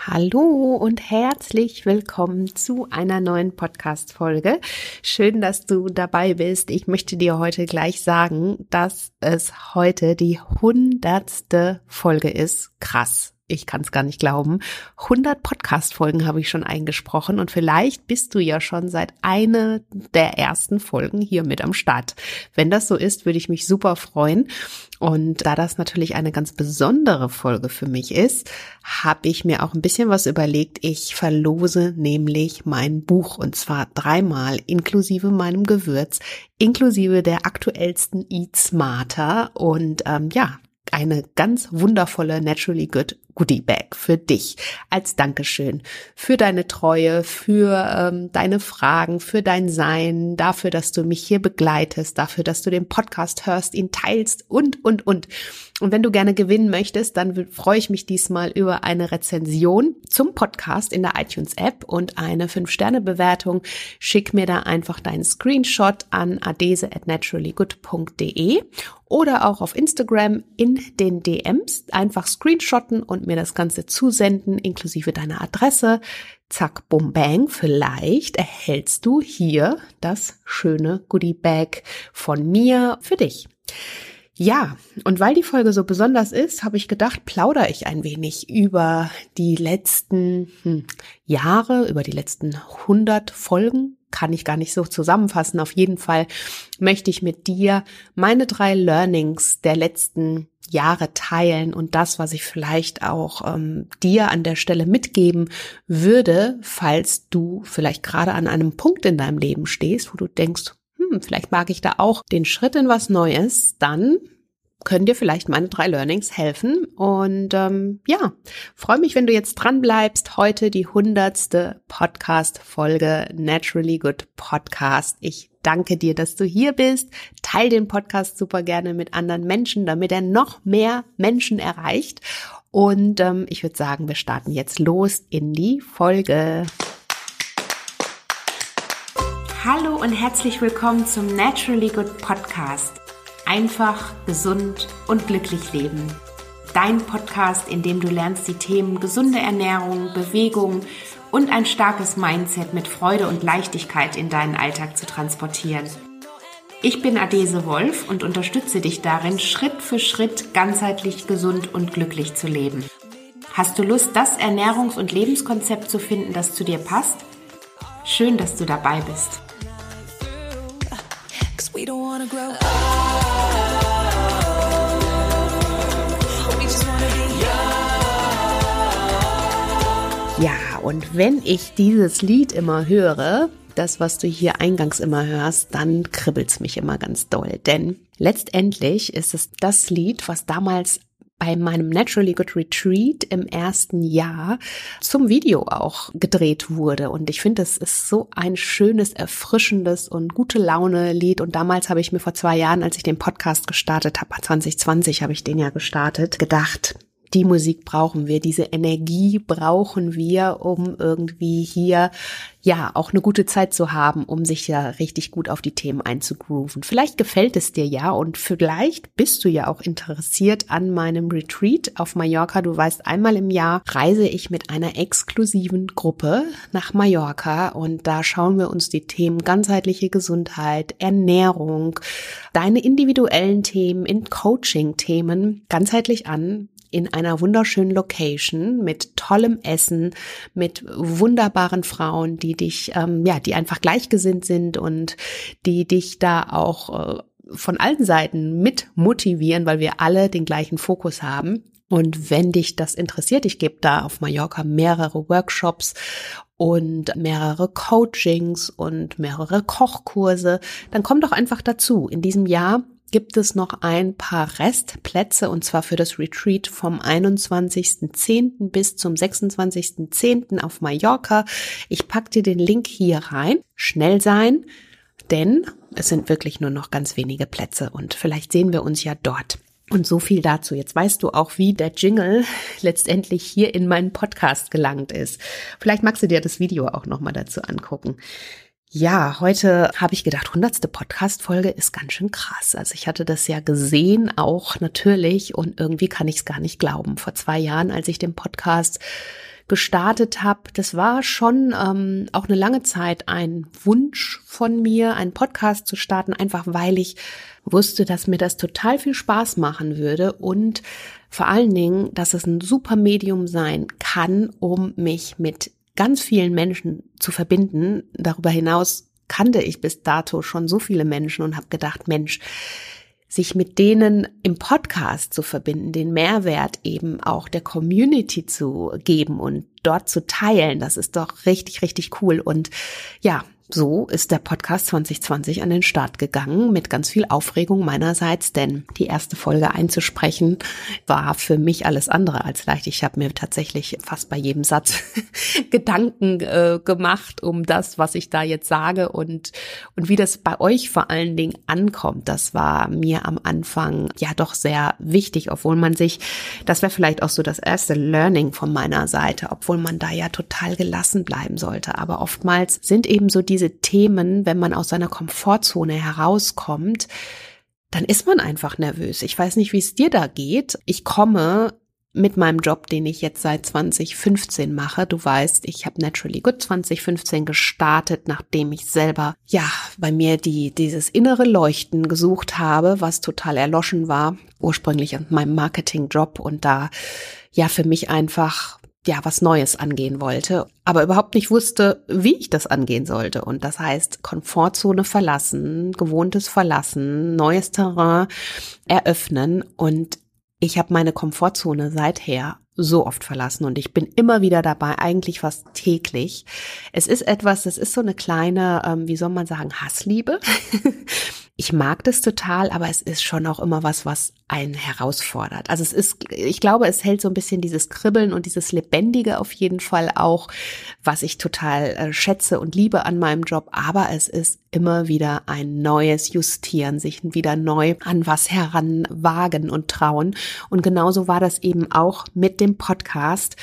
Hallo und herzlich willkommen zu einer neuen Podcast-Folge. Schön, dass du dabei bist. Ich möchte dir heute gleich sagen, dass es heute die 100. Folge ist. Krass. Ich kann es gar nicht glauben. 100 Podcast-Folgen habe ich schon eingesprochen und vielleicht bist du ja schon seit einer der ersten Folgen hier mit am Start. Wenn das so ist, würde ich mich super freuen. Und da das natürlich eine ganz besondere Folge für mich ist, habe ich mir auch ein bisschen was überlegt. Ich verlose nämlich mein Buch und zwar 3-mal inklusive meinem Gewürz, inklusive der aktuellsten Eat Smarter und eine ganz wundervolle Naturally Good Goodie Bag für dich als Dankeschön für deine Treue, für deine Fragen, für dein Sein, dafür, dass du mich hier begleitest, dafür, dass du den Podcast hörst, ihn teilst und. Und wenn du gerne gewinnen möchtest, dann freue ich mich diesmal über eine Rezension zum Podcast in der iTunes-App und eine 5-Sterne-Bewertung. Schick mir da einfach deinen Screenshot an adese@naturallygood.de oder auch auf Instagram in den DMs einfach screenshotten und mir das Ganze zusenden, inklusive deiner Adresse. Zack, bum, bang, vielleicht erhältst du hier das schöne Goodie-Bag von mir für dich. Ja, und weil die Folge so besonders ist, habe ich gedacht, plaudere ich ein wenig über die letzten Jahre, über die letzten 100 Folgen. Kann ich gar nicht so zusammenfassen. Auf jeden Fall möchte ich mit dir meine 3 Learnings der letzten Jahre teilen und das, was ich vielleicht auch dir an der Stelle mitgeben würde, falls du vielleicht gerade an einem Punkt in deinem Leben stehst, wo du denkst, vielleicht mag ich da auch den Schritt in was Neues, dann können dir vielleicht meine 3 Learnings helfen. Und freue mich, wenn du jetzt dran bleibst. Heute die 100. Podcast-Folge Naturally Good Podcast. Ich danke dir, dass du hier bist. Teil den Podcast super gerne mit anderen Menschen, damit er noch mehr Menschen erreicht. Und ich würde sagen, wir starten jetzt los in die Folge. Hallo und herzlich willkommen zum Naturally Good Podcast. Einfach, gesund und glücklich leben. Dein Podcast, in dem du lernst, die Themen gesunde Ernährung, Bewegung und ein starkes Mindset mit Freude und Leichtigkeit in deinen Alltag zu transportieren. Ich bin Adese Wolf und unterstütze dich darin, Schritt für Schritt ganzheitlich gesund und glücklich zu leben. Hast du Lust, das Ernährungs- und Lebenskonzept zu finden, das zu dir passt? Schön, dass du dabei bist. Ja, und wenn ich dieses Lied immer höre, das, was du hier eingangs immer hörst, dann kribbelt's mich immer ganz doll. Denn letztendlich ist es das Lied, was damals bei meinem Naturally Good Retreat im ersten Jahr zum Video auch gedreht wurde. Und ich finde, es ist so ein schönes, erfrischendes und gute Laune-Lied. Und damals habe ich mir vor 2 Jahren, als ich den Podcast gestartet habe, 2020 habe ich den ja gestartet, gedacht, die Musik brauchen wir, diese Energie brauchen wir, um irgendwie hier auch eine gute Zeit zu haben, um sich ja richtig gut auf die Themen einzugrooven. Vielleicht gefällt es dir ja und vielleicht bist du ja auch interessiert an meinem Retreat auf Mallorca. Du weißt, einmal im Jahr reise ich mit einer exklusiven Gruppe nach Mallorca und da schauen wir uns die Themen ganzheitliche Gesundheit, Ernährung, deine individuellen Themen, in Coaching-Themen ganzheitlich an. In einer wunderschönen Location mit tollem Essen, mit wunderbaren Frauen, die dich, die einfach gleichgesinnt sind und die dich da auch von allen Seiten mit motivieren, weil wir alle den gleichen Fokus haben. Und wenn dich das interessiert, ich gebe da auf Mallorca mehrere Workshops und mehrere Coachings und mehrere Kochkurse, dann komm doch einfach dazu. In diesem Jahr gibt es noch ein paar Restplätze und zwar für das Retreat vom 21.10. bis zum 26.10. auf Mallorca. Ich packe dir den Link hier rein. Schnell sein, denn es sind wirklich nur noch ganz wenige Plätze und vielleicht sehen wir uns ja dort. Und so viel dazu. Jetzt weißt du auch, wie der Jingle letztendlich hier in meinen Podcast gelangt ist. Vielleicht magst du dir das Video auch nochmal dazu angucken. Ja, heute habe ich gedacht, 100. Podcast-Folge ist ganz schön krass. Also ich hatte das ja gesehen, auch natürlich, und irgendwie kann ich es gar nicht glauben. Vor 2 Jahren, als ich den Podcast gestartet habe, das war schon auch eine lange Zeit ein Wunsch von mir, einen Podcast zu starten, einfach weil ich wusste, dass mir das total viel Spaß machen würde und vor allen Dingen, dass es ein super Medium sein kann, um mich mit ganz vielen Menschen zu verbinden. Darüber hinaus kannte ich bis dato schon so viele Menschen und habe gedacht, Mensch, sich mit denen im Podcast zu verbinden, den Mehrwert eben auch der Community zu geben und dort zu teilen, das ist doch richtig, richtig cool. Und ja, so ist der Podcast 2020 an den Start gegangen mit ganz viel Aufregung meinerseits, denn die erste Folge einzusprechen war für mich alles andere als leicht. Ich habe mir tatsächlich fast bei jedem Satz Gedanken gemacht um das, was ich da jetzt sage und wie das bei euch vor allen Dingen ankommt. Das war mir am Anfang ja doch sehr wichtig, obwohl man sich, das wäre vielleicht auch so das erste Learning von meiner Seite, obwohl man da ja total gelassen bleiben sollte. Aber oftmals sind eben so diese Themen, wenn man aus seiner Komfortzone herauskommt, dann ist man einfach nervös. Ich weiß nicht, wie es dir da geht. Ich komme mit meinem Job, den ich jetzt seit 2015 mache. Du weißt, ich habe Naturally Good 2015 gestartet, nachdem ich selber, ja, bei mir dieses innere Leuchten gesucht habe, was total erloschen war, ursprünglich an meinem Marketingjob und da, ja, für mich einfach was Neues angehen wollte, aber überhaupt nicht wusste, wie ich das angehen sollte. Und das heißt, Komfortzone verlassen, Gewohntes verlassen, neues Terrain eröffnen. Und ich habe meine Komfortzone seither so oft verlassen und ich bin immer wieder dabei, eigentlich fast täglich. Es ist etwas, das ist so eine kleine, wie soll man sagen, Hassliebe. Ich mag das total, aber es ist schon auch immer was einen herausfordert. Also ich glaube, es hält so ein bisschen dieses Kribbeln und dieses Lebendige auf jeden Fall auch, was ich total schätze und liebe an meinem Job. Aber es ist immer wieder ein neues Justieren, sich wieder neu an was heranwagen und trauen. Und genauso war das eben auch mit dem Podcast.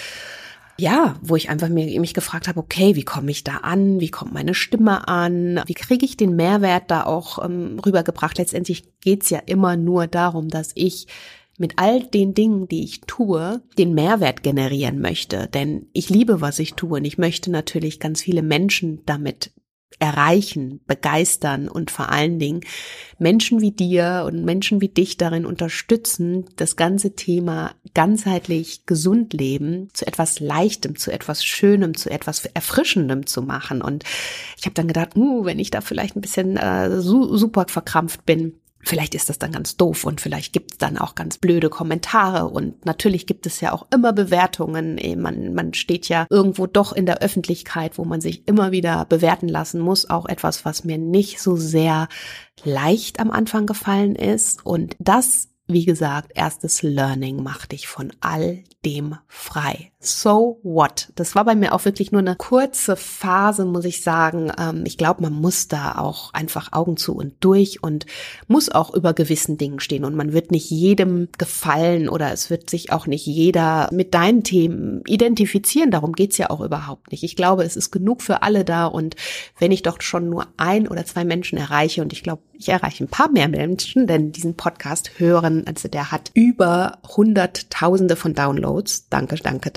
Ja, wo ich einfach mich gefragt habe, okay, wie komme ich da an? Wie kommt meine Stimme an? Wie kriege ich den Mehrwert da auch rübergebracht? Letztendlich geht's ja immer nur darum, dass ich mit all den Dingen, die ich tue, den Mehrwert generieren möchte. Denn ich liebe, was ich tue und ich möchte natürlich ganz viele Menschen damit erreichen, begeistern und vor allen Dingen Menschen wie dir und Menschen wie dich darin unterstützen, das ganze Thema ganzheitlich gesund leben zu etwas Leichtem, zu etwas Schönem, zu etwas Erfrischendem zu machen. Und ich habe dann gedacht, wenn ich da vielleicht ein bisschen super verkrampft bin, vielleicht ist das dann ganz doof und vielleicht gibt es dann auch ganz blöde Kommentare und natürlich gibt es ja auch immer Bewertungen. Man steht ja irgendwo doch in der Öffentlichkeit, wo man sich immer wieder bewerten lassen muss. Auch etwas, was mir nicht so sehr leicht am Anfang gefallen ist. Und das, wie gesagt, erstes Learning macht dich von all dem frei. So what? Das war bei mir auch wirklich nur eine kurze Phase, muss ich sagen. Ich glaube, man muss da auch einfach Augen zu und durch und muss auch über gewissen Dingen stehen. Und man wird nicht jedem gefallen oder es wird sich auch nicht jeder mit deinen Themen identifizieren. Darum geht's ja auch überhaupt nicht. Ich glaube, es ist genug für alle da. Und wenn ich doch schon nur 1 oder 2 Menschen erreiche, und ich glaube, ich erreiche ein paar mehr Menschen, denn diesen Podcast hören, also der hat über Hunderttausende von Downloads. Danke.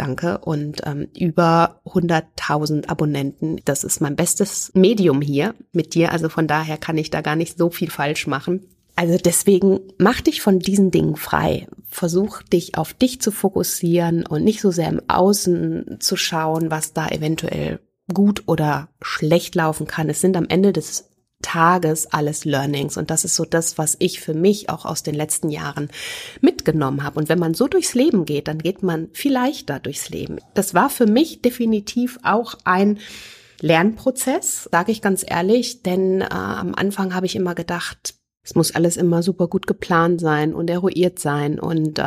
Und über 100.000 Abonnenten. Das ist mein bestes Medium hier mit dir. Also von daher kann ich da gar nicht so viel falsch machen. Also deswegen mach dich von diesen Dingen frei. Versuch dich auf dich zu fokussieren und nicht so sehr im Außen zu schauen, was da eventuell gut oder schlecht laufen kann. Es sind am Ende des Tages alles Learnings und das ist so das, was ich für mich auch aus den letzten Jahren mitgenommen habe. Und wenn man so durchs Leben geht, dann geht man viel leichter durchs Leben. Das war für mich definitiv auch ein Lernprozess, sage ich ganz ehrlich, denn am Anfang habe ich immer gedacht, es muss alles immer super gut geplant sein und eruiert sein und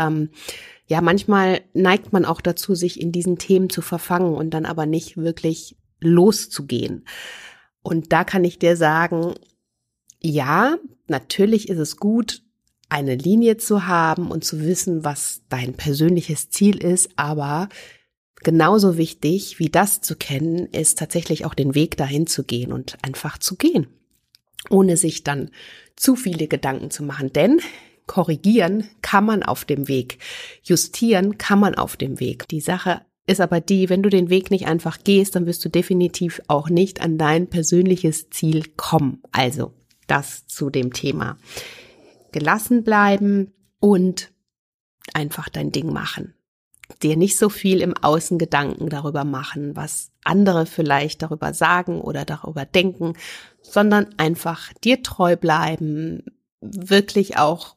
manchmal neigt man auch dazu, sich in diesen Themen zu verfangen und dann aber nicht wirklich loszugehen. Und da kann ich dir sagen, ja, natürlich ist es gut, eine Linie zu haben und zu wissen, was dein persönliches Ziel ist, aber genauso wichtig wie das zu kennen, ist tatsächlich auch den Weg dahin zu gehen und einfach zu gehen, ohne sich dann zu viele Gedanken zu machen. Denn korrigieren kann man auf dem Weg, justieren kann man auf dem Weg. Die Sache ist aber die, wenn du den Weg nicht einfach gehst, dann wirst du definitiv auch nicht an dein persönliches Ziel kommen. Also das zu dem Thema. Gelassen bleiben und einfach dein Ding machen. Dir nicht so viel im Außen Gedanken darüber machen, was andere vielleicht darüber sagen oder darüber denken, sondern einfach dir treu bleiben, wirklich auch,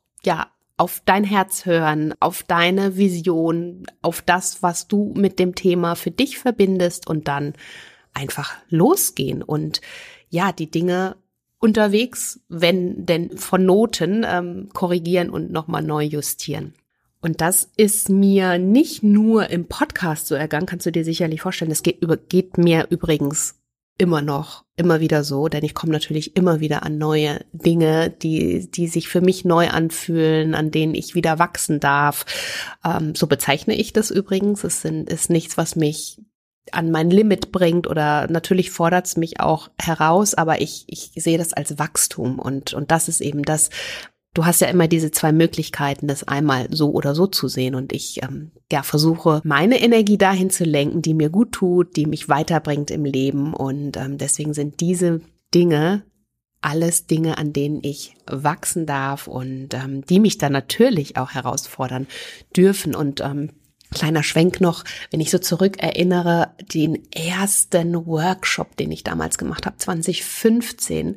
auf dein Herz hören, auf deine Vision, auf das, was du mit dem Thema für dich verbindest und dann einfach losgehen und die Dinge unterwegs, wenn denn von Noten, korrigieren und nochmal neu justieren. Und das ist mir nicht nur im Podcast so ergangen, kannst du dir sicherlich vorstellen. Das geht mir übrigens immer wieder so, denn ich komme natürlich immer wieder an neue Dinge, die sich für mich neu anfühlen, an denen ich wieder wachsen darf. So bezeichne ich das übrigens. Es ist nichts, was mich an mein Limit bringt oder natürlich fordert es mich auch heraus, aber ich sehe das als Wachstum und das ist eben das. Du hast ja immer diese zwei Möglichkeiten, das einmal so oder so zu sehen und ich versuche, meine Energie dahin zu lenken, die mir gut tut, die mich weiterbringt im Leben und deswegen sind diese Dinge alles Dinge, an denen ich wachsen darf und die mich dann natürlich auch herausfordern dürfen und kleiner Schwenk noch, wenn ich so zurückerinnere, den ersten Workshop, den ich damals gemacht habe, 2015,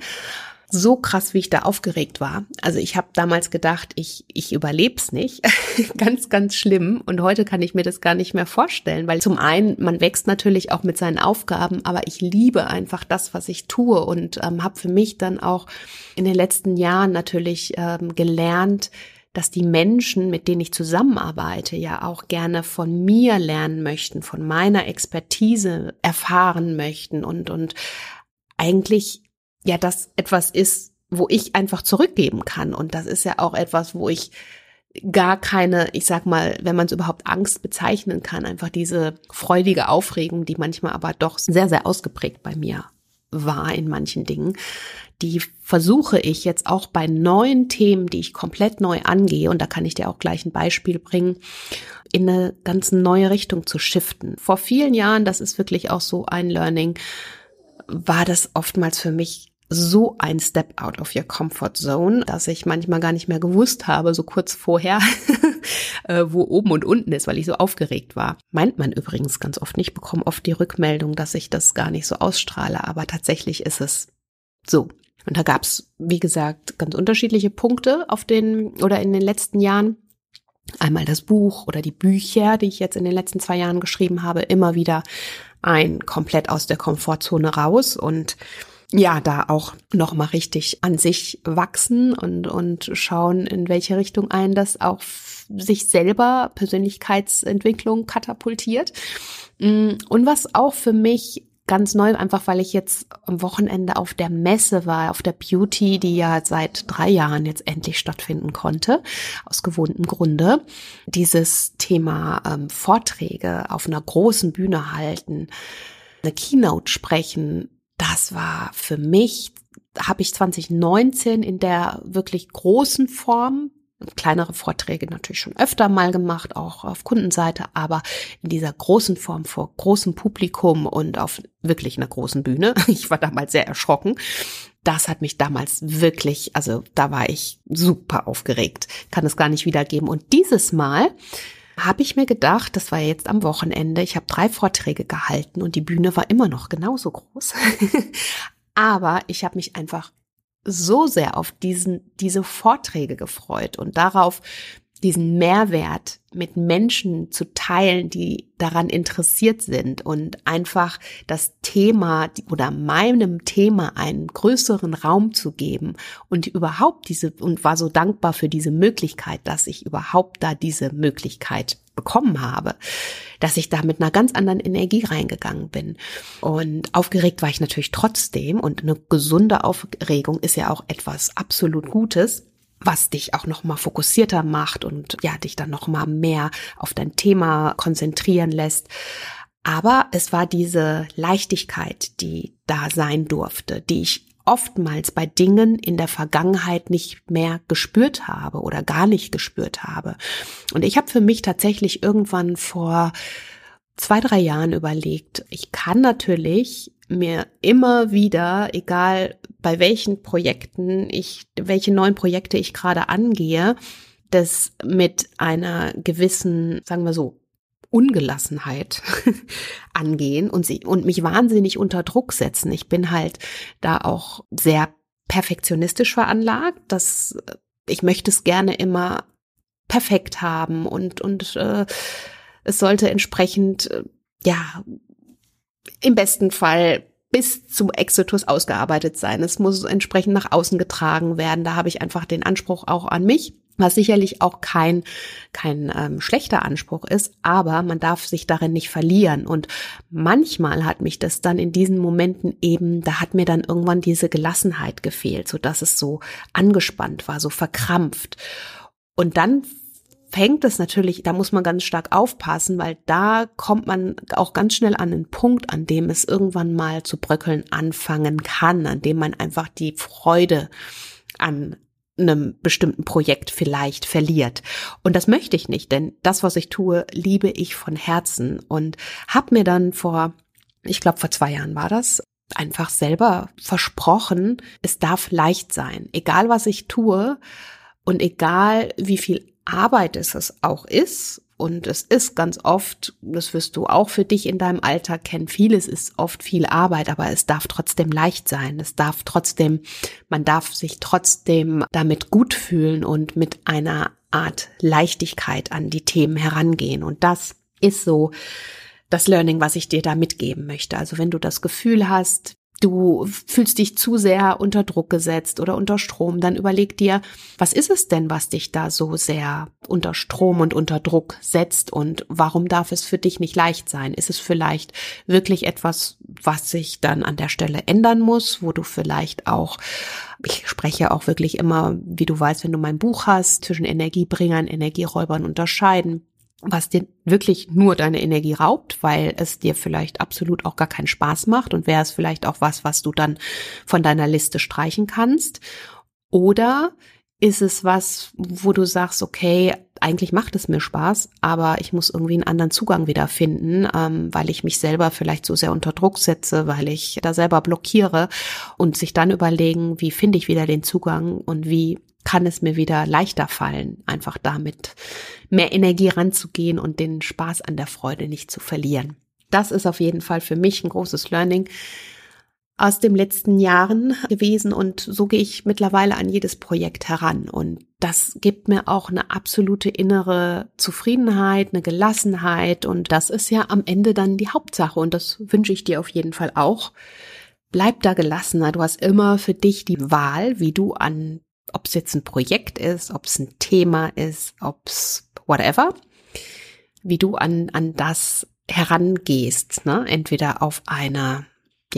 so krass, wie ich da aufgeregt war. Also ich habe damals gedacht, ich überleb's nicht. Ganz, ganz schlimm. Und heute kann ich mir das gar nicht mehr vorstellen, weil zum einen, man wächst natürlich auch mit seinen Aufgaben, aber ich liebe einfach das, was ich tue und habe für mich dann auch in den letzten Jahren natürlich gelernt, dass die Menschen, mit denen ich zusammenarbeite, ja auch gerne von mir lernen möchten, von meiner Expertise erfahren möchten und eigentlich das etwas ist, wo ich einfach zurückgeben kann. Und das ist ja auch etwas, wo ich gar keine, ich sag mal, wenn man es überhaupt Angst bezeichnen kann, einfach diese freudige Aufregung, die manchmal aber doch sehr, sehr ausgeprägt bei mir war in manchen Dingen, die versuche ich jetzt auch bei neuen Themen, die ich komplett neu angehe, und da kann ich dir auch gleich ein Beispiel bringen, in eine ganz neue Richtung zu shiften. Vor vielen Jahren, das ist wirklich auch so ein Learning, war das oftmals für mich so ein Step out of your comfort zone, dass ich manchmal gar nicht mehr gewusst habe, so kurz vorher, wo oben und unten ist, weil ich so aufgeregt war. Meint man übrigens ganz oft nicht, bekomme oft die Rückmeldung, dass ich das gar nicht so ausstrahle, aber tatsächlich ist es so. Und da gab es, wie gesagt, ganz unterschiedliche Punkte in den letzten Jahren. Einmal das Buch oder die Bücher, die ich jetzt in den letzten 2 Jahren geschrieben habe, immer wieder komplett aus der Komfortzone raus und da auch nochmal richtig an sich wachsen und schauen, in welche Richtung einen das auch sich selber Persönlichkeitsentwicklung katapultiert. Und was auch für mich ganz neu, einfach weil ich jetzt am Wochenende auf der Messe war, auf der Beauty, die ja seit 3 Jahren jetzt endlich stattfinden konnte, aus gewohntem Grunde. Dieses Thema Vorträge auf einer großen Bühne halten, eine Keynote sprechen, das war für mich, habe ich 2019 in der wirklich großen Form, kleinere Vorträge natürlich schon öfter mal gemacht, auch auf Kundenseite, aber in dieser großen Form vor großem Publikum und auf wirklich einer großen Bühne. Ich war damals sehr erschrocken. Das hat mich damals wirklich, also da war ich super aufgeregt, kann es gar nicht wiedergeben. Und dieses Mal habe ich mir gedacht, das war jetzt am Wochenende, ich habe 3 Vorträge gehalten und die Bühne war immer noch genauso groß. Aber ich habe mich einfach so sehr auf diese Vorträge gefreut und darauf, diesen Mehrwert mit Menschen zu teilen, die daran interessiert sind und einfach das Thema oder meinem Thema einen größeren Raum zu geben und überhaupt und war so dankbar für diese Möglichkeit, dass ich überhaupt da diese Möglichkeit bekommen habe, dass ich da mit einer ganz anderen Energie reingegangen bin. Und aufgeregt war ich natürlich trotzdem und eine gesunde Aufregung ist ja auch etwas absolut Gutes, was dich auch noch mal fokussierter macht und dich dann noch mal mehr auf dein Thema konzentrieren lässt. Aber es war diese Leichtigkeit, die da sein durfte, die ich oftmals bei Dingen in der Vergangenheit nicht mehr gespürt habe oder gar nicht gespürt habe. Und ich habe für mich tatsächlich irgendwann vor 2-3 Jahren überlegt, ich kann natürlich mir immer wieder, egal bei welchen Projekten welche neuen Projekte ich gerade angehe, das mit einer gewissen, sagen wir so, Ungelassenheit angehen und mich wahnsinnig unter Druck setzen. Ich bin halt da auch sehr perfektionistisch veranlagt, ich möchte es gerne immer perfekt haben und es sollte entsprechend, im besten Fall bis zum Exitus ausgearbeitet sein. Es muss entsprechend nach außen getragen werden. Da habe ich einfach den Anspruch auch an mich, was sicherlich auch kein schlechter Anspruch ist, aber man darf sich darin nicht verlieren. Und manchmal hat mich das dann in diesen Momenten da hat mir dann irgendwann diese Gelassenheit gefehlt, sodass es so angespannt war, so verkrampft. Und dann fängt es natürlich, da muss man ganz stark aufpassen, weil da kommt man auch ganz schnell an einen Punkt, an dem es irgendwann mal zu bröckeln anfangen kann, an dem man einfach die Freude an einem bestimmten Projekt vielleicht verliert. Und das möchte ich nicht, denn das, was ich tue, liebe ich von Herzen und habe mir dann vor 2 Jahren war das, einfach selber versprochen, es darf leicht sein, egal was ich tue und egal wie viel Arbeit es auch ist. Und es ist ganz oft, das wirst du auch für dich in deinem Alltag kennen, vieles ist oft viel Arbeit, aber es darf trotzdem leicht sein. Man darf sich trotzdem damit gut fühlen und mit einer Art Leichtigkeit an die Themen herangehen. Und das ist so das Learning, was ich dir da mitgeben möchte. Also wenn du das Gefühl hast, du fühlst dich zu sehr unter Druck gesetzt oder unter Strom, dann überleg dir, was ist es denn, was dich da so sehr unter Strom und unter Druck setzt und warum darf es für dich nicht leicht sein? Ist es vielleicht wirklich etwas, was sich dann an der Stelle ändern muss, wo du vielleicht auch, ich spreche auch wirklich immer, wie du weißt, wenn du mein Buch hast, zwischen Energiebringern, Energieräubern unterscheiden, was dir wirklich nur deine Energie raubt, weil es dir vielleicht absolut auch gar keinen Spaß macht und wäre es vielleicht auch was du dann von deiner Liste streichen kannst. Oder ist es was, wo du sagst, okay, eigentlich macht es mir Spaß, aber ich muss irgendwie einen anderen Zugang wieder finden, weil ich mich selber vielleicht so sehr unter Druck setze, weil ich da selber blockiere und sich dann überlegen, wie finde ich wieder den Zugang und wie kann es mir wieder leichter fallen, einfach damit mehr Energie ranzugehen und den Spaß an der Freude nicht zu verlieren. Das ist auf jeden Fall für mich ein großes Learning aus den letzten Jahren gewesen und so gehe ich mittlerweile an jedes Projekt heran und das gibt mir auch eine absolute innere Zufriedenheit, eine Gelassenheit und das ist ja am Ende dann die Hauptsache und das wünsche ich dir auf jeden Fall auch. Bleib da gelassener, du hast immer für dich die Wahl, wie du ob es jetzt ein Projekt ist, ob es ein Thema ist, ob es whatever, wie du an das herangehst, ne? Entweder auf eine,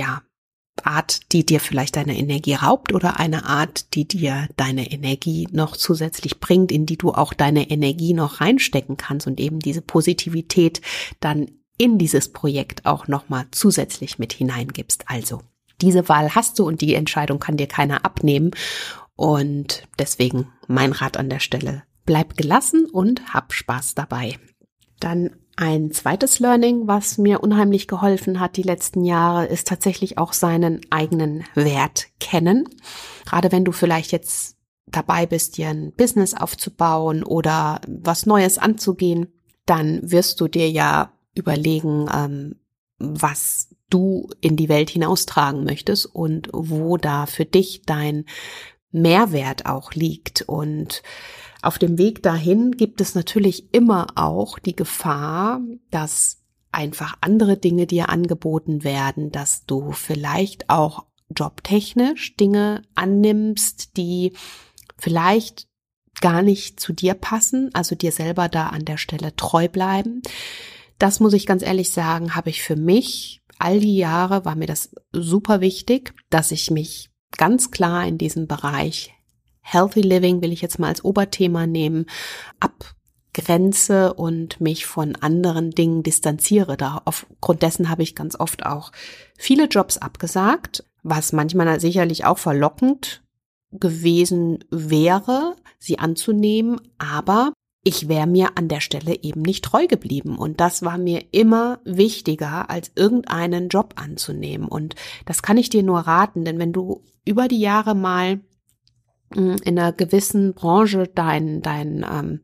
Art, die dir vielleicht deine Energie raubt oder eine Art, die dir deine Energie noch zusätzlich bringt, in die du auch deine Energie noch reinstecken kannst und eben diese Positivität dann in dieses Projekt auch nochmal zusätzlich mit hineingibst. Also, diese Wahl hast du und die Entscheidung kann dir keiner abnehmen. Und deswegen mein Rat an der Stelle, bleib gelassen und hab Spaß dabei. Dann ein zweites Learning, was mir unheimlich geholfen hat die letzten Jahre, ist tatsächlich auch seinen eigenen Wert kennen. Gerade wenn du vielleicht jetzt dabei bist, dir ein Business aufzubauen oder was Neues anzugehen, dann wirst du dir ja überlegen, was du in die Welt hinaustragen möchtest und wo da für dich dein Mehrwert auch liegt. Und auf dem Weg dahin gibt es natürlich immer auch die Gefahr, dass einfach andere Dinge dir angeboten werden, dass du vielleicht auch jobtechnisch Dinge annimmst, die vielleicht gar nicht zu dir passen, also dir selber da an der Stelle treu bleiben. Das muss ich ganz ehrlich sagen, habe ich für mich all die Jahre, war mir das super wichtig, dass ich mich ganz klar in diesem Bereich Healthy Living, will ich jetzt mal als Oberthema nehmen, abgrenze und mich von anderen Dingen distanziere. Aufgrund dessen habe ich ganz oft auch viele Jobs abgesagt, was manchmal sicherlich auch verlockend gewesen wäre, sie anzunehmen, aber ich wäre mir an der Stelle eben nicht treu geblieben. Und das war mir immer wichtiger, als irgendeinen Job anzunehmen. Und das kann ich dir nur raten, denn wenn du über die Jahre mal in einer gewissen Branche deine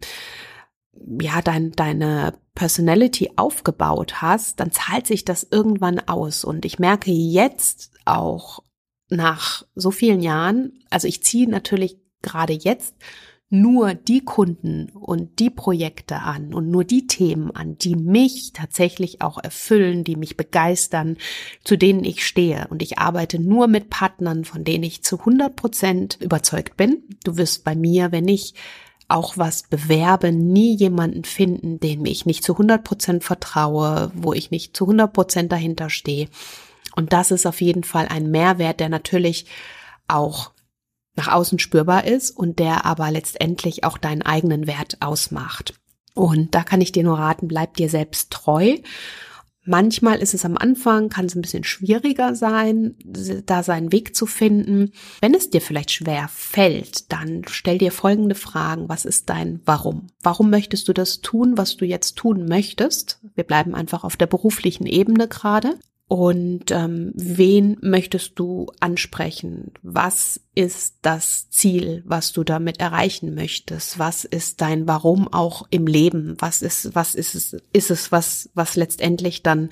Personality aufgebaut hast, dann zahlt sich das irgendwann aus. Und ich merke jetzt auch nach so vielen Jahren, also ich ziehe natürlich gerade jetzt nur die Kunden und die Projekte an und nur die Themen an, die mich tatsächlich auch erfüllen, die mich begeistern, zu denen ich stehe. Und ich arbeite nur mit Partnern, von denen ich zu 100% überzeugt bin. Du wirst bei mir, wenn ich auch was bewerbe, nie jemanden finden, dem ich nicht zu 100% vertraue, wo ich nicht zu 100% dahinter stehe. Und das ist auf jeden Fall ein Mehrwert, der natürlich auch nach außen spürbar ist und der aber letztendlich auch deinen eigenen Wert ausmacht. Und da kann ich dir nur raten, bleib dir selbst treu. Manchmal ist es am Anfang, kann es ein bisschen schwieriger sein, da seinen Weg zu finden. Wenn es dir vielleicht schwer fällt, dann stell dir folgende Fragen. Was ist dein Warum? Warum möchtest du das tun, was du jetzt tun möchtest? Wir bleiben einfach auf der beruflichen Ebene gerade. Und wen möchtest du ansprechen? Was ist das Ziel, was du damit erreichen möchtest? Was ist dein Warum auch im Leben? Was ist es, was letztendlich dann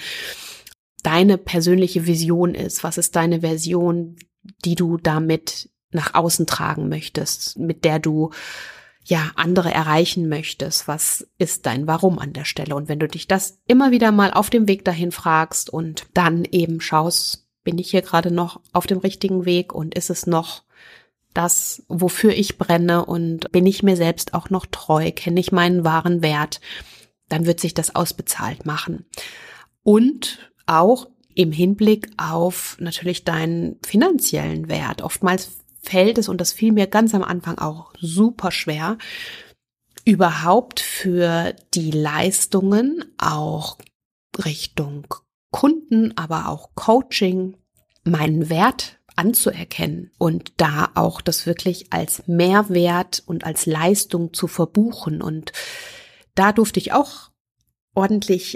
deine persönliche Vision ist? Was ist deine Version, die du damit nach außen tragen möchtest, mit der du andere erreichen möchtest? Was ist dein Warum an der Stelle? Und wenn du dich das immer wieder mal auf dem Weg dahin fragst und dann eben schaust, bin ich hier gerade noch auf dem richtigen Weg und ist es noch das, wofür ich brenne und bin ich mir selbst auch noch treu, kenne ich meinen wahren Wert, dann wird sich das ausbezahlt machen. Und auch im Hinblick auf natürlich deinen finanziellen Wert. Oftmals fällt es, und das fiel mir ganz am Anfang auch super schwer, überhaupt für die Leistungen auch Richtung Kunden, aber auch Coaching meinen Wert anzuerkennen und da auch das wirklich als Mehrwert und als Leistung zu verbuchen. Und da durfte ich auch ordentlich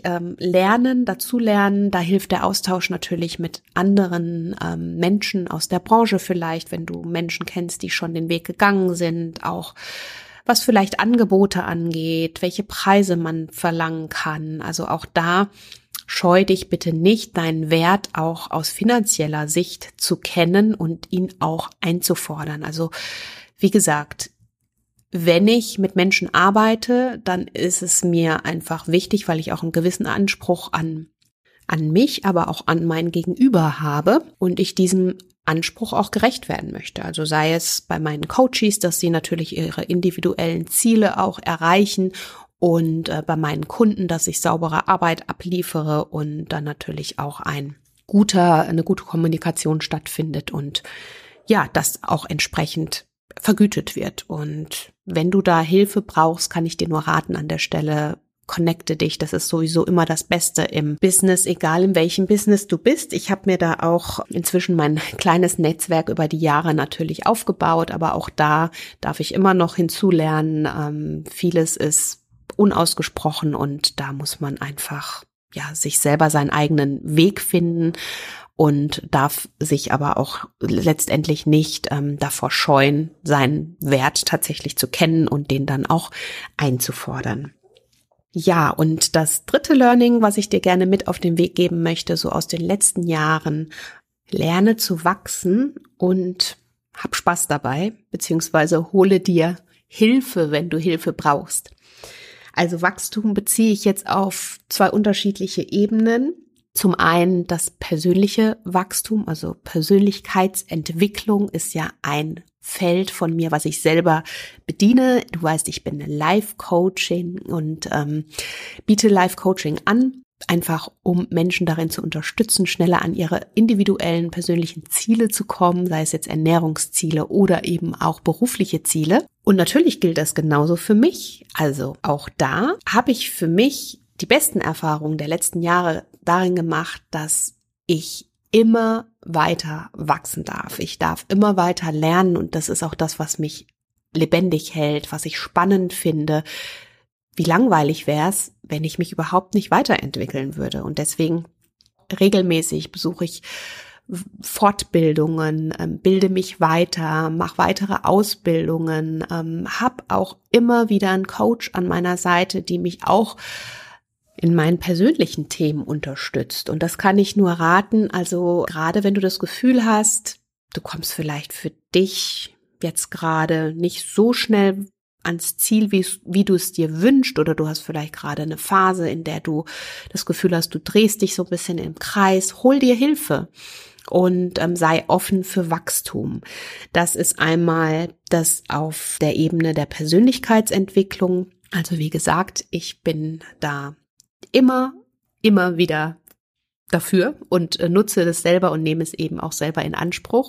dazulernen. Da hilft der Austausch natürlich mit anderen Menschen aus der Branche vielleicht, wenn du Menschen kennst, die schon den Weg gegangen sind, auch was vielleicht Angebote angeht, welche Preise man verlangen kann. Also auch da scheu dich bitte nicht, deinen Wert auch aus finanzieller Sicht zu kennen und ihn auch einzufordern. Also wie gesagt, wenn ich mit Menschen arbeite, dann ist es mir einfach wichtig, weil ich auch einen gewissen Anspruch an mich, aber auch an mein Gegenüber habe und ich diesem Anspruch auch gerecht werden möchte. Also sei es bei meinen Coaches, dass sie natürlich ihre individuellen Ziele auch erreichen und bei meinen Kunden, dass ich saubere Arbeit abliefere und dann natürlich auch eine gute Kommunikation stattfindet und das auch entsprechend vergütet wird. Und wenn du da Hilfe brauchst, kann ich dir nur raten an der Stelle, connecte dich. Das ist sowieso immer das Beste im Business, egal in welchem Business du bist. Ich habe mir da auch inzwischen mein kleines Netzwerk über die Jahre natürlich aufgebaut, aber auch da darf ich immer noch hinzulernen. Vieles ist unausgesprochen und da muss man einfach sich selber seinen eigenen Weg finden und darf sich aber auch letztendlich nicht davor scheuen, seinen Wert tatsächlich zu kennen und den dann auch einzufordern. Ja, und das dritte Learning, was ich dir gerne mit auf den Weg geben möchte, so aus den letzten Jahren, lerne zu wachsen und hab Spaß dabei, beziehungsweise hole dir Hilfe, wenn du Hilfe brauchst. Also Wachstum beziehe ich jetzt auf zwei unterschiedliche Ebenen. Zum einen das persönliche Wachstum, also Persönlichkeitsentwicklung ist ja ein Feld von mir, was ich selber bediene. Du weißt, ich bin eine Life-Coaching und biete Life-Coaching an. einfach um Menschen darin zu unterstützen, schneller an ihre individuellen persönlichen Ziele zu kommen, sei es jetzt Ernährungsziele oder eben auch berufliche Ziele. Und natürlich gilt das genauso für mich. Also auch da habe ich für mich die besten Erfahrungen der letzten Jahre darin gemacht, dass ich immer weiter wachsen darf. Ich darf immer weiter lernen und das ist auch das, was mich lebendig hält, was ich spannend finde. Wie langweilig wäre es, wenn ich mich überhaupt nicht weiterentwickeln würde. Und deswegen regelmäßig besuche ich Fortbildungen, bilde mich weiter, mache weitere Ausbildungen, habe auch immer wieder einen Coach an meiner Seite, die mich auch in meinen persönlichen Themen unterstützt. Und das kann ich nur raten. Also gerade wenn du das Gefühl hast, du kommst vielleicht für dich jetzt gerade nicht so schnell ans Ziel, wie du es dir wünschst, oder du hast vielleicht gerade eine Phase, in der du das Gefühl hast, du drehst dich so ein bisschen im Kreis, hol dir Hilfe und sei offen für Wachstum. Das ist einmal das auf der Ebene der Persönlichkeitsentwicklung. Also wie gesagt, ich bin da immer wieder dafür und nutze das selber und nehme es eben auch selber in Anspruch.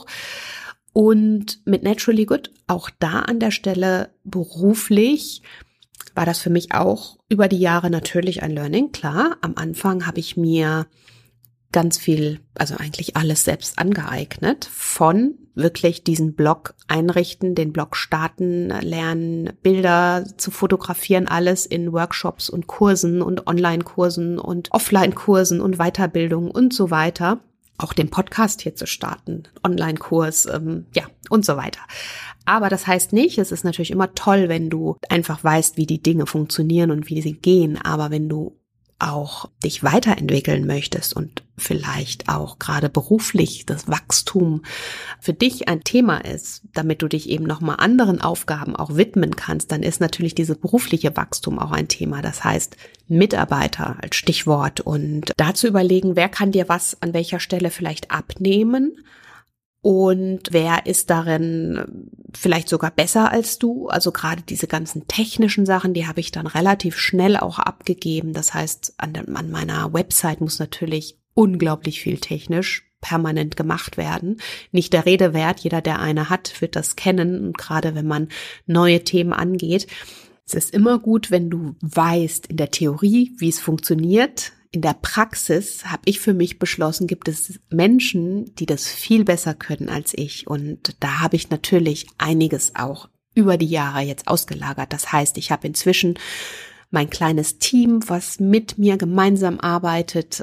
Und mit Naturally Good, auch da an der Stelle beruflich, war das für mich auch über die Jahre natürlich ein Learning. Klar, am Anfang habe ich mir ganz viel, also eigentlich alles selbst angeeignet, von wirklich diesen Blog einrichten, den Blog starten, lernen, Bilder zu fotografieren, alles in Workshops und Kursen und Online-Kursen und Offline-Kursen und Weiterbildung und so weiter. Auch den Podcast hier zu starten, Online-Kurs, und so weiter. Aber das heißt nicht, es ist natürlich immer toll, wenn du einfach weißt, wie die Dinge funktionieren und wie sie gehen. Aber wenn du auch dich weiterentwickeln möchtest und vielleicht auch gerade beruflich das Wachstum für dich ein Thema ist, damit du dich eben nochmal anderen Aufgaben auch widmen kannst, dann ist natürlich dieses berufliche Wachstum auch ein Thema. Das heißt, Mitarbeiter als Stichwort und dazu überlegen, wer kann dir was an welcher Stelle vielleicht abnehmen und wer ist darin vielleicht sogar besser als du. Also gerade diese ganzen technischen Sachen, die habe ich dann relativ schnell auch abgegeben. Das heißt, an meiner Website muss natürlich unglaublich viel technisch permanent gemacht werden. Nicht der Rede wert, jeder, der eine hat, wird das kennen. Und gerade wenn man neue Themen angeht, es ist immer gut, wenn du weißt in der Theorie, wie es funktioniert. In der Praxis habe ich für mich beschlossen, gibt es Menschen, die das viel besser können als ich. Und da habe ich natürlich einiges auch über die Jahre jetzt ausgelagert. Das heißt, ich habe inzwischen mein kleines Team, was mit mir gemeinsam arbeitet,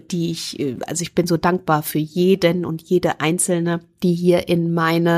ich bin so dankbar für jeden und jede Einzelne, die hier in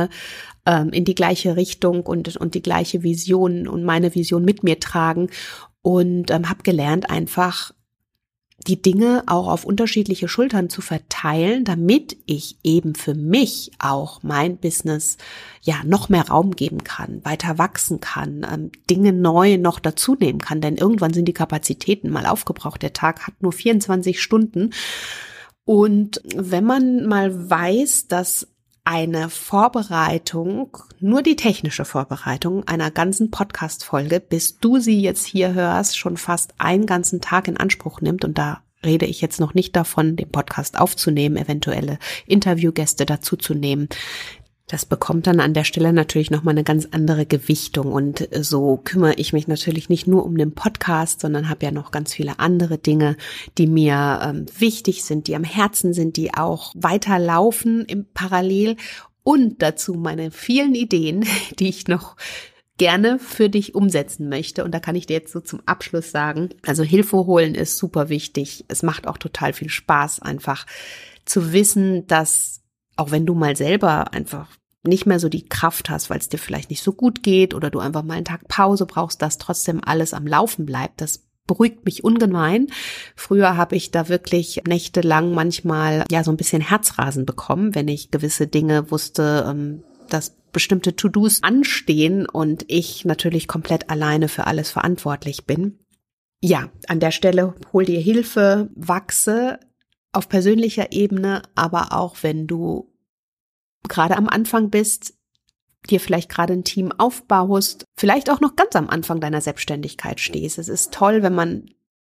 die gleiche Richtung und die gleiche Vision und meine Vision mit mir tragen und habe gelernt, einfach die Dinge auch auf unterschiedliche Schultern zu verteilen, damit ich eben für mich auch mein Business noch mehr Raum geben kann, weiter wachsen kann, Dinge neu noch dazu nehmen kann, denn irgendwann sind die Kapazitäten mal aufgebraucht. Der Tag hat nur 24 Stunden und wenn man mal weiß, dass eine Vorbereitung, nur die technische Vorbereitung einer ganzen Podcast-Folge, bis du sie jetzt hier hörst, schon fast einen ganzen Tag in Anspruch nimmt. Und da rede ich jetzt noch nicht davon, den Podcast aufzunehmen, eventuelle Interviewgäste dazu zu nehmen. Das bekommt dann an der Stelle natürlich nochmal eine ganz andere Gewichtung und so kümmere ich mich natürlich nicht nur um den Podcast, sondern habe ja noch ganz viele andere Dinge, die mir wichtig sind, die am Herzen sind, die auch weiterlaufen im Parallel und dazu meine vielen Ideen, die ich noch gerne für dich umsetzen möchte. Und da kann ich dir jetzt so zum Abschluss sagen, also Hilfe holen ist super wichtig. Es macht auch total viel Spaß, einfach zu wissen, dass auch wenn du mal selber einfach nicht mehr so die Kraft hast, weil es dir vielleicht nicht so gut geht oder du einfach mal einen Tag Pause brauchst, dass trotzdem alles am Laufen bleibt. Das beruhigt mich ungemein. Früher habe ich da wirklich nächtelang manchmal so ein bisschen Herzrasen bekommen, wenn ich gewisse Dinge wusste, dass bestimmte To-Dos anstehen und ich natürlich komplett alleine für alles verantwortlich bin. Ja, an der Stelle hol dir Hilfe, wachse auf persönlicher Ebene, aber auch wenn du gerade am Anfang bist, dir vielleicht gerade ein Team aufbaust, vielleicht auch noch ganz am Anfang deiner Selbstständigkeit stehst. Es ist toll, wenn man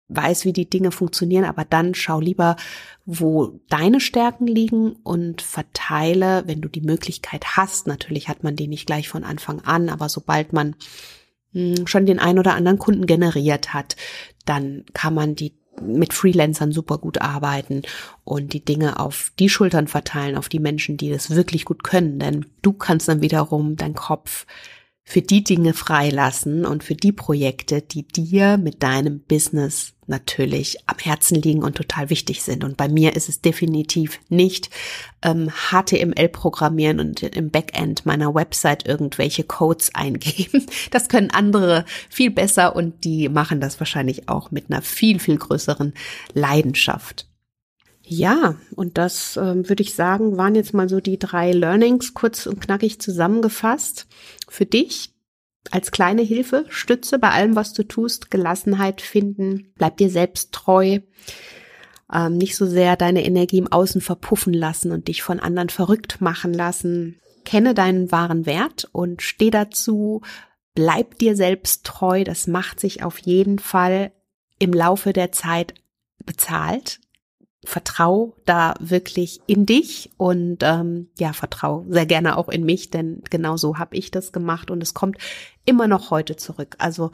weiß, wie die Dinge funktionieren, aber dann schau lieber, wo deine Stärken liegen und verteile, wenn du die Möglichkeit hast. Natürlich hat man die nicht gleich von Anfang an, aber sobald man schon den ein oder anderen Kunden generiert hat, dann kann man die mit Freelancern super gut arbeiten und die Dinge auf die Schultern verteilen, auf die Menschen, die das wirklich gut können. Denn du kannst dann wiederum deinen Kopf für die Dinge freilassen und für die Projekte, die dir mit deinem Business natürlich am Herzen liegen und total wichtig sind. Und bei mir ist es definitiv nicht HTML programmieren und im Backend meiner Website irgendwelche Codes eingeben. Das können andere viel besser und die machen das wahrscheinlich auch mit einer viel, viel größeren Leidenschaft. Ja, und das würde ich sagen, waren jetzt mal so die 3 Learnings kurz und knackig zusammengefasst. Für dich als kleine Hilfe, Stütze bei allem, was du tust, Gelassenheit finden, bleib dir selbst treu, nicht so sehr deine Energie im Außen verpuffen lassen und dich von anderen verrückt machen lassen. Kenne deinen wahren Wert und steh dazu, bleib dir selbst treu. Das macht sich auf jeden Fall im Laufe der Zeit bezahlt. Vertrau da wirklich in dich und vertrau sehr gerne auch in mich, denn genau so habe ich das gemacht und es kommt immer noch heute zurück. Also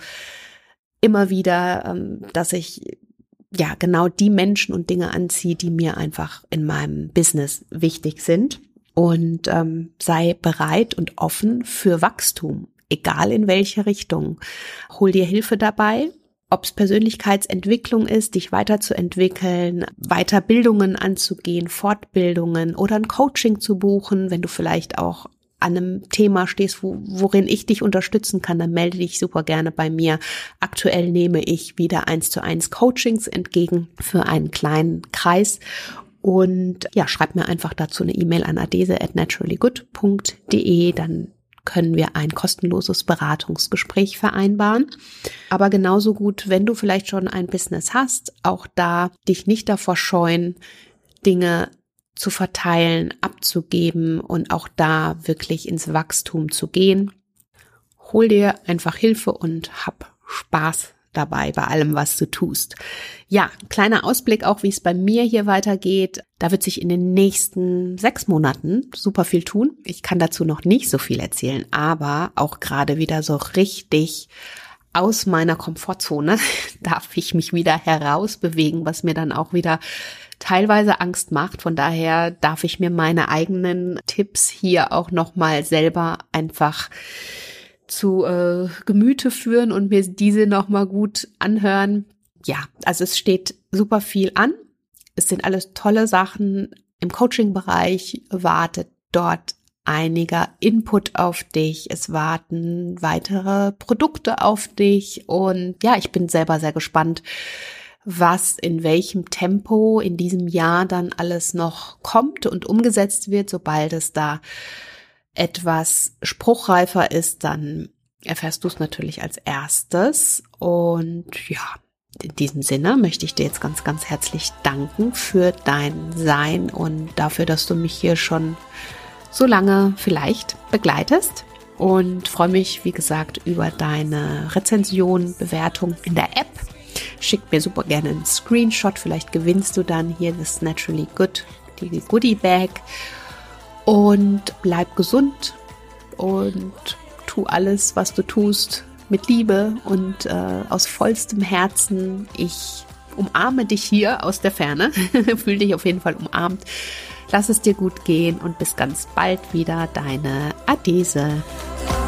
immer wieder, dass ich genau die Menschen und Dinge anziehe, die mir einfach in meinem Business wichtig sind und sei bereit und offen für Wachstum, egal in welche Richtung. Hol dir Hilfe dabei. Ob es Persönlichkeitsentwicklung ist, dich weiterzuentwickeln, Weiterbildungen anzugehen, Fortbildungen oder ein Coaching zu buchen, wenn du vielleicht auch an einem Thema stehst, worin ich dich unterstützen kann, dann melde dich super gerne bei mir. Aktuell nehme ich wieder 1:1 Coachings entgegen für einen kleinen Kreis. Und schreib mir einfach dazu eine E-Mail an adese@naturallygood.de, dann können wir ein kostenloses Beratungsgespräch vereinbaren. Aber genauso gut, wenn du vielleicht schon ein Business hast, auch da dich nicht davor scheuen, Dinge zu verteilen, abzugeben und auch da wirklich ins Wachstum zu gehen. Hol dir einfach Hilfe und hab Spaß dabei bei allem, was du tust. Ja, kleiner Ausblick auch, wie es bei mir hier weitergeht. Da wird sich in den nächsten 6 Monaten super viel tun. Ich kann dazu noch nicht so viel erzählen, aber auch gerade wieder so richtig aus meiner Komfortzone darf ich mich wieder herausbewegen, was mir dann auch wieder teilweise Angst macht. Von daher darf ich mir meine eigenen Tipps hier auch nochmal selber einfach zu Gemüte führen und mir diese nochmal gut anhören. Ja, also es steht super viel an. Es sind alles tolle Sachen. Im Coaching-Bereich wartet dort einiger Input auf dich. Es warten weitere Produkte auf dich. Und ja, ich bin selber sehr gespannt, was in welchem Tempo in diesem Jahr dann alles noch kommt und umgesetzt wird. Sobald es da etwas spruchreifer ist, dann erfährst du es natürlich als erstes. Und ja, in diesem Sinne möchte ich dir jetzt ganz, ganz herzlich danken für dein Sein und dafür, dass du mich hier schon so lange vielleicht begleitest. Und freue mich, wie gesagt, über deine Rezension, Bewertung in der App. Schick mir super gerne einen Screenshot. Vielleicht gewinnst du dann hier das Naturally Good, die Goodie Bag. Und bleib gesund und tu alles, was du tust, mit Liebe und aus vollstem Herzen. Ich umarme dich hier aus der Ferne. Fühl dich auf jeden Fall umarmt. Lass es dir gut gehen und bis ganz bald wieder. Deine Adese.